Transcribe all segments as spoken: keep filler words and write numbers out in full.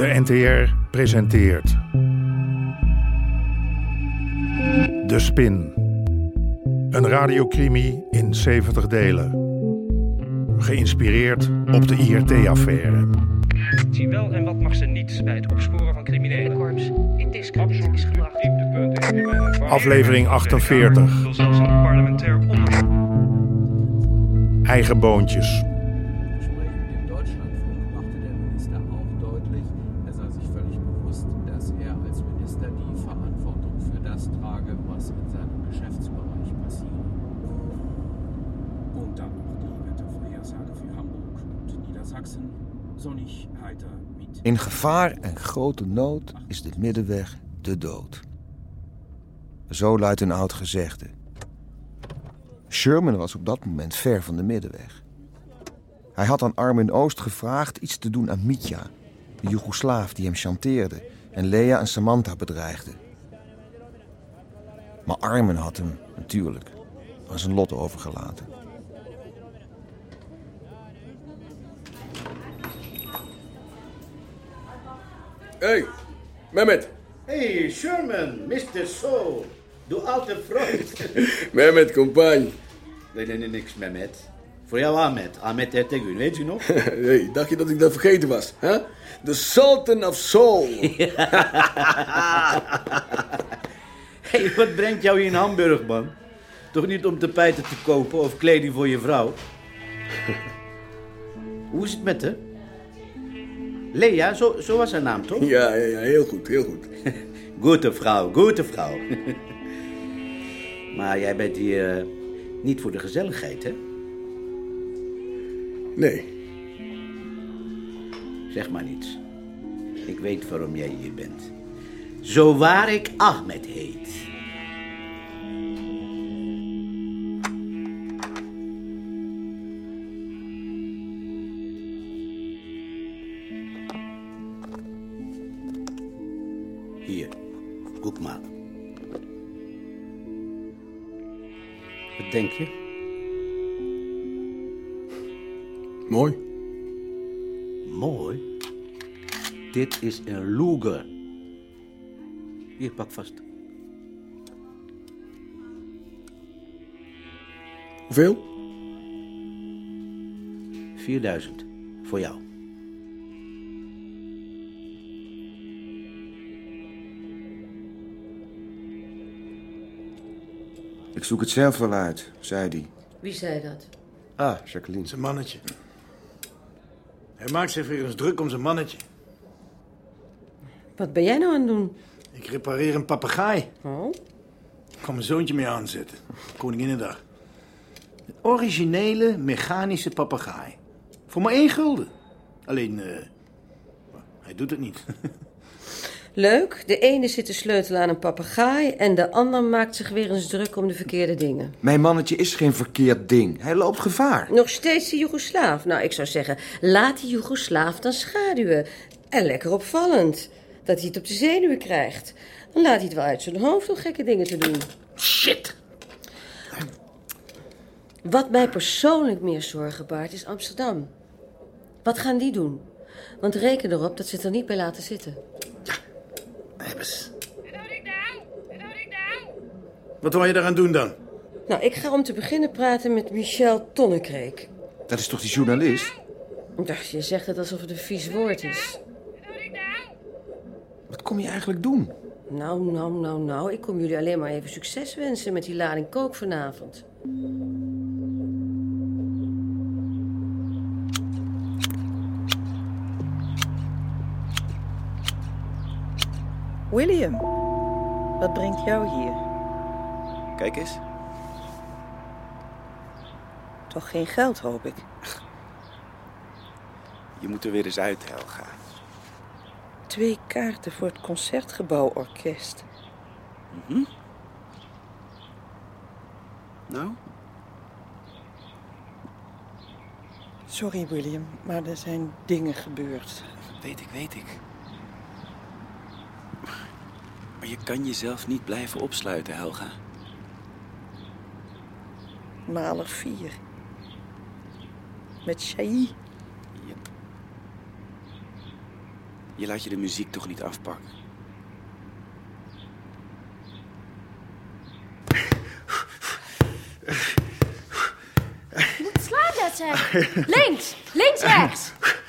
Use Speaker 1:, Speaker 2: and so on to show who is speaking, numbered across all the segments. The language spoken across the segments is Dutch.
Speaker 1: De N T R presenteert De Spin. Een radiocrimi in zeventig delen. Geïnspireerd op de I R T-affaire.
Speaker 2: Zie wel en wat mag ze niet bij het opsporen van criminelen.
Speaker 3: Korps indiscreet is gebracht.
Speaker 1: Aflevering achtenveertig.
Speaker 2: Wil zelfs een parlementair onderzoek.
Speaker 1: Eigen boontjes.
Speaker 4: In Deutschland machte der Minister auch deutlich, er sei sich völlig bewusst, dass er als Minister die Verantwortung für das trage, was in seinem Geschäftsbereich passiert.
Speaker 5: Und dann noch die Wettervorhersage für Hamburg und Niedersachsen. Sonnig, heiter, mit...
Speaker 6: In gevaar en grote nood is de middenweg de dood. Zo luidt een oud gezegde. Sherman was op dat moment ver van de middenweg. Hij had aan Armin Oost gevraagd iets te doen aan Mitja, de Joegoslaaf die hem chanteerde en Lea en Samantha bedreigde. Maar Armin had hem, natuurlijk, aan zijn lot overgelaten.
Speaker 7: Hey, Mehmet.
Speaker 8: Hey, Sherman, mister Soul. Du alte Freund.
Speaker 7: Mehmet, compagnie.
Speaker 8: Nee, nee, nee, niks, Mehmet. Voor jou Ahmet. Ahmet Ertegün, weet je nog?
Speaker 7: Hey, dacht je dat ik dat vergeten was, hè? The Sultan of Soul.
Speaker 8: Hey, wat brengt jou hier in Hamburg, man? Toch niet om tapijten te kopen of kleding voor je vrouw? Hoe is het met haar? Lea, zo, zo was haar naam, toch?
Speaker 7: Ja, ja, ja, heel goed, heel goed.
Speaker 8: Goede vrouw, goede vrouw. Maar jij bent hier uh, niet voor de gezelligheid, hè?
Speaker 7: Nee.
Speaker 8: Zeg maar niets. Ik weet waarom jij hier bent. Zo waar ik Ahmet heet. Hier, guck maar. Wat denk je?
Speaker 7: Mooi.
Speaker 8: Mooi? Dit is een Luger. Hier, pak vast.
Speaker 7: Hoeveel?
Speaker 8: vierduizend. Voor jou.
Speaker 6: Ik zoek het zelf wel uit, zei hij.
Speaker 3: Wie zei dat?
Speaker 6: Ah, Jacqueline.
Speaker 9: Zijn mannetje. Hij maakt zich weer eens druk om zijn mannetje.
Speaker 3: Wat ben jij nou aan het doen?
Speaker 9: Ik repareer een papegaai.
Speaker 3: Oh?
Speaker 9: Ik kan mijn zoontje mee aanzetten. Koninginnedag. Een originele mechanische papegaai. Voor maar één gulden. Alleen, uh, hij doet het niet.
Speaker 3: Leuk, de ene zit te sleutelen aan een papegaai en de ander maakt zich weer eens druk om de verkeerde dingen.
Speaker 6: Mijn mannetje is geen verkeerd ding. Hij loopt gevaar.
Speaker 3: Nog steeds die Joegoslaaf. Nou, ik zou zeggen, laat die Joegoslaaf dan schaduwen. En lekker opvallend. Dat hij het op de zenuwen krijgt. Dan laat hij het wel uit zijn hoofd om gekke dingen te doen.
Speaker 9: Shit!
Speaker 3: Wat mij persoonlijk meer zorgen baart is Amsterdam. Wat gaan die doen? Want reken erop dat ze het er niet bij laten zitten.
Speaker 9: Hebben ze. Wat wil je daaraan doen dan?
Speaker 3: Nou, ik ga om te beginnen praten met Michel Tonnekreek.
Speaker 6: Dat is toch die journalist?
Speaker 3: Ik dacht, je zegt het alsof het een vies woord is.
Speaker 6: Wat kom je eigenlijk doen?
Speaker 3: Nou, nou, nou, nou. Ik kom jullie alleen maar even succes wensen met die lading kook vanavond.
Speaker 10: William, wat brengt jou hier?
Speaker 11: Kijk eens.
Speaker 10: Toch geen geld, hoop ik.
Speaker 11: Je moet er weer eens uit, Helga.
Speaker 10: Twee kaarten voor het Concertgebouworkest.
Speaker 11: Mm-hmm. Nou?
Speaker 10: Sorry, William, maar er zijn dingen gebeurd.
Speaker 11: Weet ik, weet ik. Maar je kan jezelf niet blijven opsluiten, Helga.
Speaker 10: Maler vier. Met Chailly.
Speaker 11: Yep. Je laat je de muziek toch niet afpakken?
Speaker 12: Je moet slaan, dat zeg. Links, links, rechts.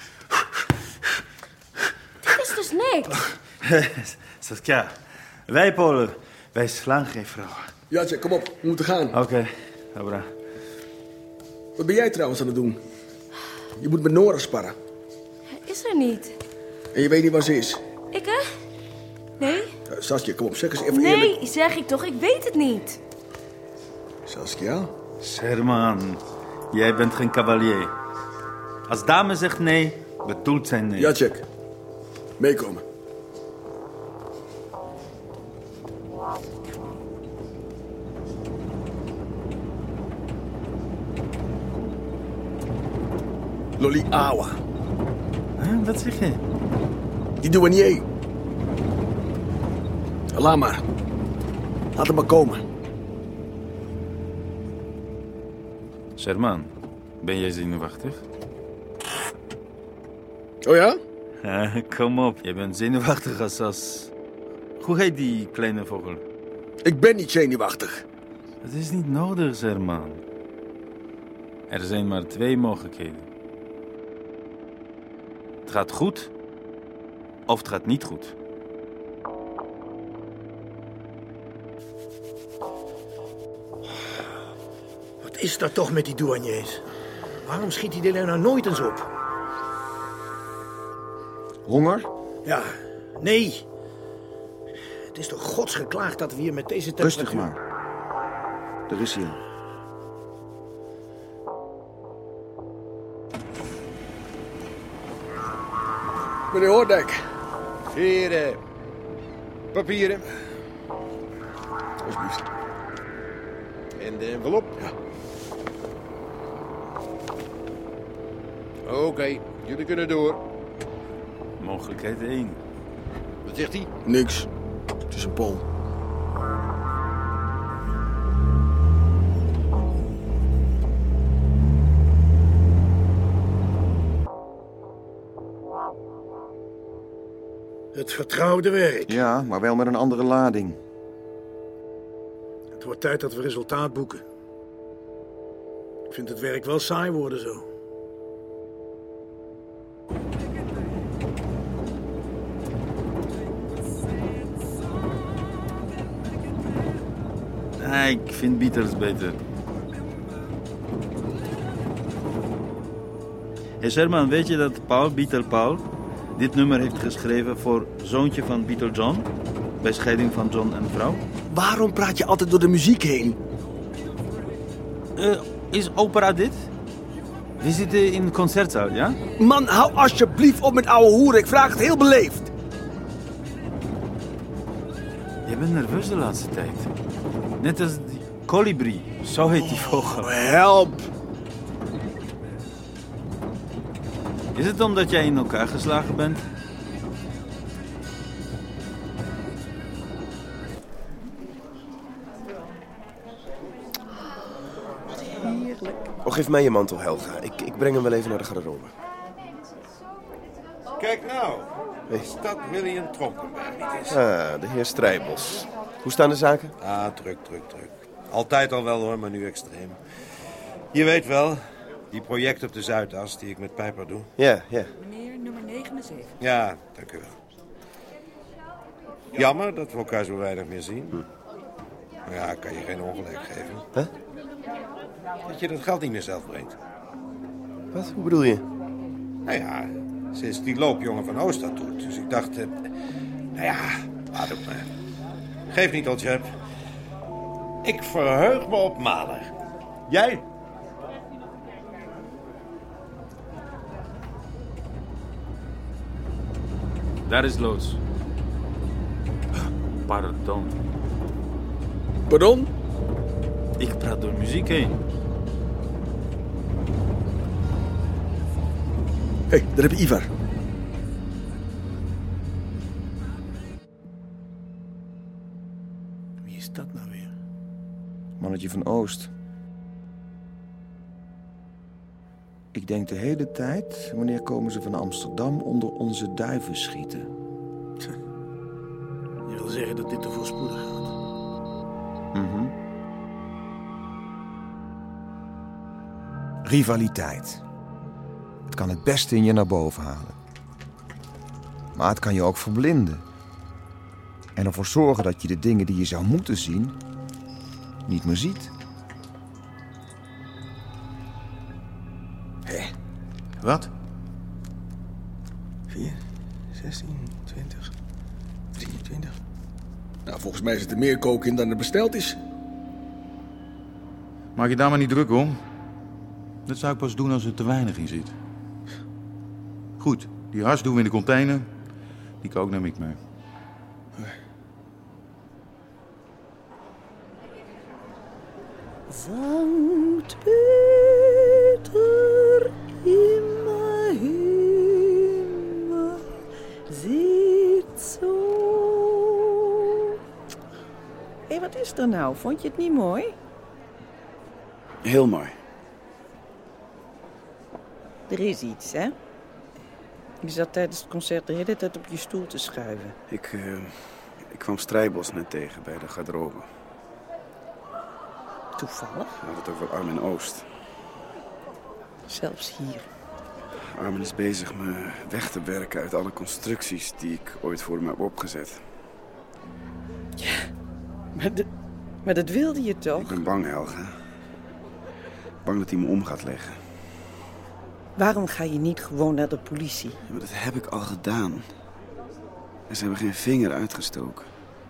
Speaker 12: Dit is dus niks.
Speaker 8: Saskia, wij Polen, wij slaan geen vrouwen.
Speaker 7: Jacek, kom op. We moeten gaan.
Speaker 8: Oké, okay, dobra.
Speaker 7: Wat ben jij trouwens aan het doen? Je moet met Nora sparren.
Speaker 12: Is er niet.
Speaker 7: En je weet niet waar ze is.
Speaker 12: Ik, hè? Nee?
Speaker 7: Uh, Saskia, kom op. Zeg eens even
Speaker 12: nee,
Speaker 7: eerlijk.
Speaker 12: Nee, zeg ik toch. Ik weet het niet.
Speaker 7: Saskia?
Speaker 8: Sherman, jij bent geen cavalier. Als dame zegt nee, bedoelt zij nee.
Speaker 7: Jacek, meekomen. Loli Awa.
Speaker 8: Huh, wat zeg je?
Speaker 7: Die douanier. Laat maar. Laat hem maar komen.
Speaker 8: Sherman, ben jij zenuwachtig?
Speaker 7: Oh ja?
Speaker 8: Uh, kom op, jij bent zenuwachtig als, als... Hoe heet die kleine vogel?
Speaker 7: Ik ben niet zenuwachtig.
Speaker 8: Het is niet nodig, Sherman. Er zijn maar twee mogelijkheden. Het gaat goed, of het gaat niet goed.
Speaker 9: Wat is dat toch met die douaniers? Waarom schiet die er nou nooit eens op?
Speaker 6: Honger?
Speaker 9: Ja, nee. Het is toch godsgeklaagd dat we hier met deze temperatuur...
Speaker 6: Rustig maar. Er is hier.
Speaker 7: Meneer Hoordijk.
Speaker 13: Hier, uh, papieren.
Speaker 7: Alsjeblieft.
Speaker 13: En de envelop.
Speaker 7: Ja.
Speaker 13: Oké, okay, jullie kunnen door.
Speaker 8: Mogelijkheid één.
Speaker 13: Wat zegt hij?
Speaker 7: Niks. Het is een Pool.
Speaker 9: Het vertrouwde werk.
Speaker 6: Ja, maar wel met een andere lading.
Speaker 9: Het wordt tijd dat we resultaat boeken. Ik vind het werk wel saai worden zo.
Speaker 8: Ah, ik vind Beatles beter. Hey Sherman, weet je dat Paul, Beatle Paul, dit nummer heeft geschreven voor zoontje van Beatle John? Bij scheiding van John en vrouw?
Speaker 7: Waarom praat je altijd door de muziek heen?
Speaker 8: Uh, is opera dit? We zitten in een concertzaal, ja?
Speaker 7: Man, hou alsjeblieft op met ouwe hoeren. Ik vraag het heel beleefd.
Speaker 8: Je bent nerveus de laatste tijd. Net als die kolibrie. Zo heet die vogel.
Speaker 7: Oh, help!
Speaker 8: Is het omdat jij in elkaar geslagen bent?
Speaker 10: Wat heerlijk.
Speaker 13: Oh, geef mij je mantel, Helga. Ik, ik breng hem wel even naar de garderobe.
Speaker 14: Kijk nou, is dat William Trompenberg niet is?
Speaker 13: Ah, de heer Strijbos. Hoe staan de zaken?
Speaker 14: Ah, druk, druk, druk. Altijd al wel hoor, maar nu extreem. Je weet wel, die project op de Zuidas die ik met Pijper doe.
Speaker 13: Ja, ja.
Speaker 10: Meneer nummer negenenzeventig.
Speaker 14: Ja, dank u wel. Jammer dat we elkaar zo weinig meer zien.
Speaker 13: Hm.
Speaker 14: Maar ja, kan je geen ongelijk geven.
Speaker 13: Huh?
Speaker 14: Dat je dat geld niet meer zelf brengt.
Speaker 13: Wat? Hoe bedoel je?
Speaker 14: Nou ja, sinds die loopjongen van Oost dat doet. Dus ik dacht, eh, nou ja, laat het maar. Geef niet wat je hebt. Ik verheug me op Mahler. Jij?
Speaker 8: Daar is loods. Pardon.
Speaker 7: Pardon?
Speaker 8: Ik praat door muziek heen.
Speaker 7: Hé, hey, daar heb je Ivar.
Speaker 9: Wie is dat nou weer?
Speaker 6: Mannetje van Oost. Ik denk de hele tijd, wanneer komen ze van Amsterdam onder onze duiven schieten?
Speaker 9: Je wil zeggen dat dit te voorspoedig gaat?
Speaker 6: Mhm. Rivaliteit. Het kan het beste in je naar boven halen. Maar het kan je ook verblinden. En ervoor zorgen dat je de dingen die je zou moeten zien, niet meer ziet.
Speaker 7: Hé.
Speaker 8: Wat?
Speaker 7: vier, zestien, twintig, drieëntwintig. Nou, volgens mij zit er meer kook in dan er besteld is.
Speaker 8: Maak je daar maar niet druk om. Dat zou ik pas doen als er te weinig in zit. Goed, die hars doen we in de container. Die kook neem ik mee.
Speaker 10: Sankt Peter immer Himmel, ziet zo. Hé, wat is er nou? Vond je het niet mooi?
Speaker 11: Heel mooi.
Speaker 10: Er is iets, hè? Je zat tijdens het concert de hele tijd op je stoel te schuiven.
Speaker 11: Ik, uh, ik kwam Strijbos net tegen bij de garderobe.
Speaker 10: Toevallig?
Speaker 11: We hadden het over Armin Oost.
Speaker 10: Zelfs hier.
Speaker 11: Armin is bezig me weg te werken uit alle constructies die ik ooit voor hem heb opgezet.
Speaker 10: Ja, maar, de, maar dat wilde je toch?
Speaker 11: Ik ben bang, Helga. Bang dat hij me om gaat leggen.
Speaker 10: Waarom ga je niet gewoon naar de politie?
Speaker 11: Ja, maar dat heb ik al gedaan. En ze hebben geen vinger uitgestoken.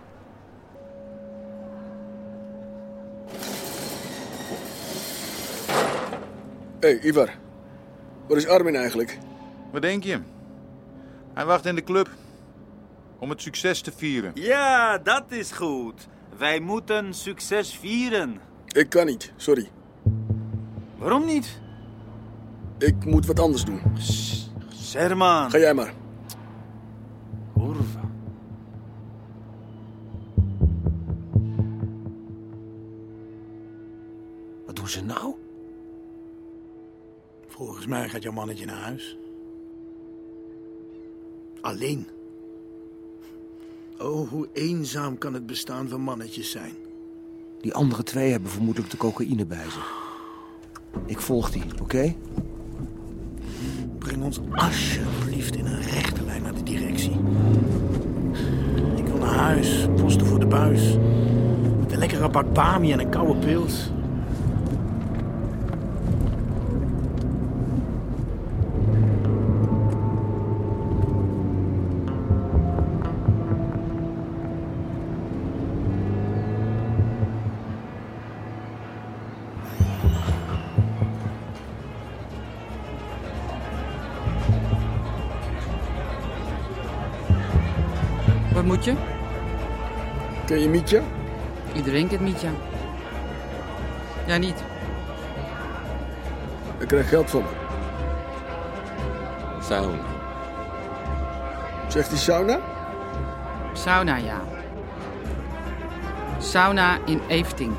Speaker 7: Hé, hey, Ivar. Waar is Armin eigenlijk?
Speaker 8: Wat denk je? Hij wacht in de club. Om het succes te vieren.
Speaker 15: Ja, dat is goed. Wij moeten succes vieren.
Speaker 7: Ik kan niet, sorry.
Speaker 15: Waarom niet?
Speaker 7: Ik moet wat anders doen.
Speaker 15: Serman.
Speaker 7: Ga jij maar.
Speaker 15: Kurva.
Speaker 6: Wat doen ze nou?
Speaker 9: Volgens mij gaat jouw mannetje naar huis. Alleen. Oh, hoe eenzaam kan het bestaan van mannetjes zijn.
Speaker 6: Die andere twee hebben vermoedelijk de cocaïne bij zich. Ik volg die, oké? Okay?
Speaker 9: Breng ons alsjeblieft in een rechte lijn naar de directie. Ik wil naar huis, posten voor de buis. Met een lekkere bak bami en een koude pils.
Speaker 16: Wat moet je?
Speaker 7: Ken je Mietja?
Speaker 16: Iedereen kent Mietja. Jij niet?
Speaker 7: Ik krijg geld van me.
Speaker 13: Sauna.
Speaker 7: Zegt hij sauna?
Speaker 16: Sauna, ja. Sauna in Eefdink.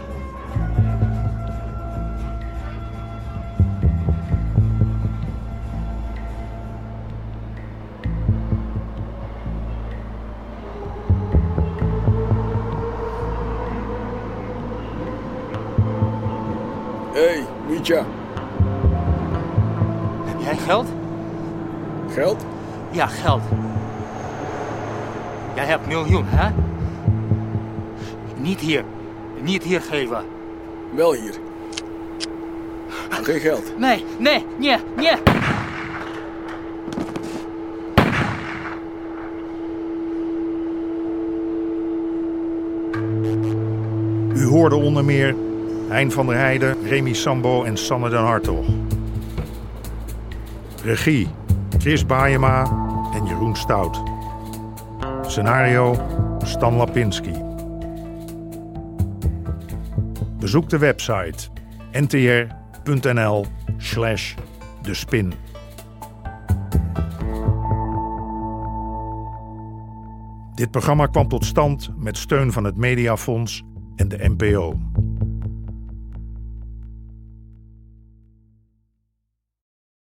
Speaker 7: Hé, hey, Mietja.
Speaker 15: Heb jij geld?
Speaker 7: Geld?
Speaker 15: Ja, geld. Jij hebt miljoen, hè? Niet hier. Niet hier geven.
Speaker 7: Wel hier. Maar geen geld.
Speaker 15: Nee, nee, nee, nee.
Speaker 1: U hoorde onder meer Hein van der Heijden, Remy Sambo en Sanne den Hartog. Regie Chris Baayema en Jeroen Stout. Scenario Stan Lapinski. Bezoek de website n t r punt n l slash de spin. Dit programma kwam tot stand met steun van het Mediafonds en de N P O.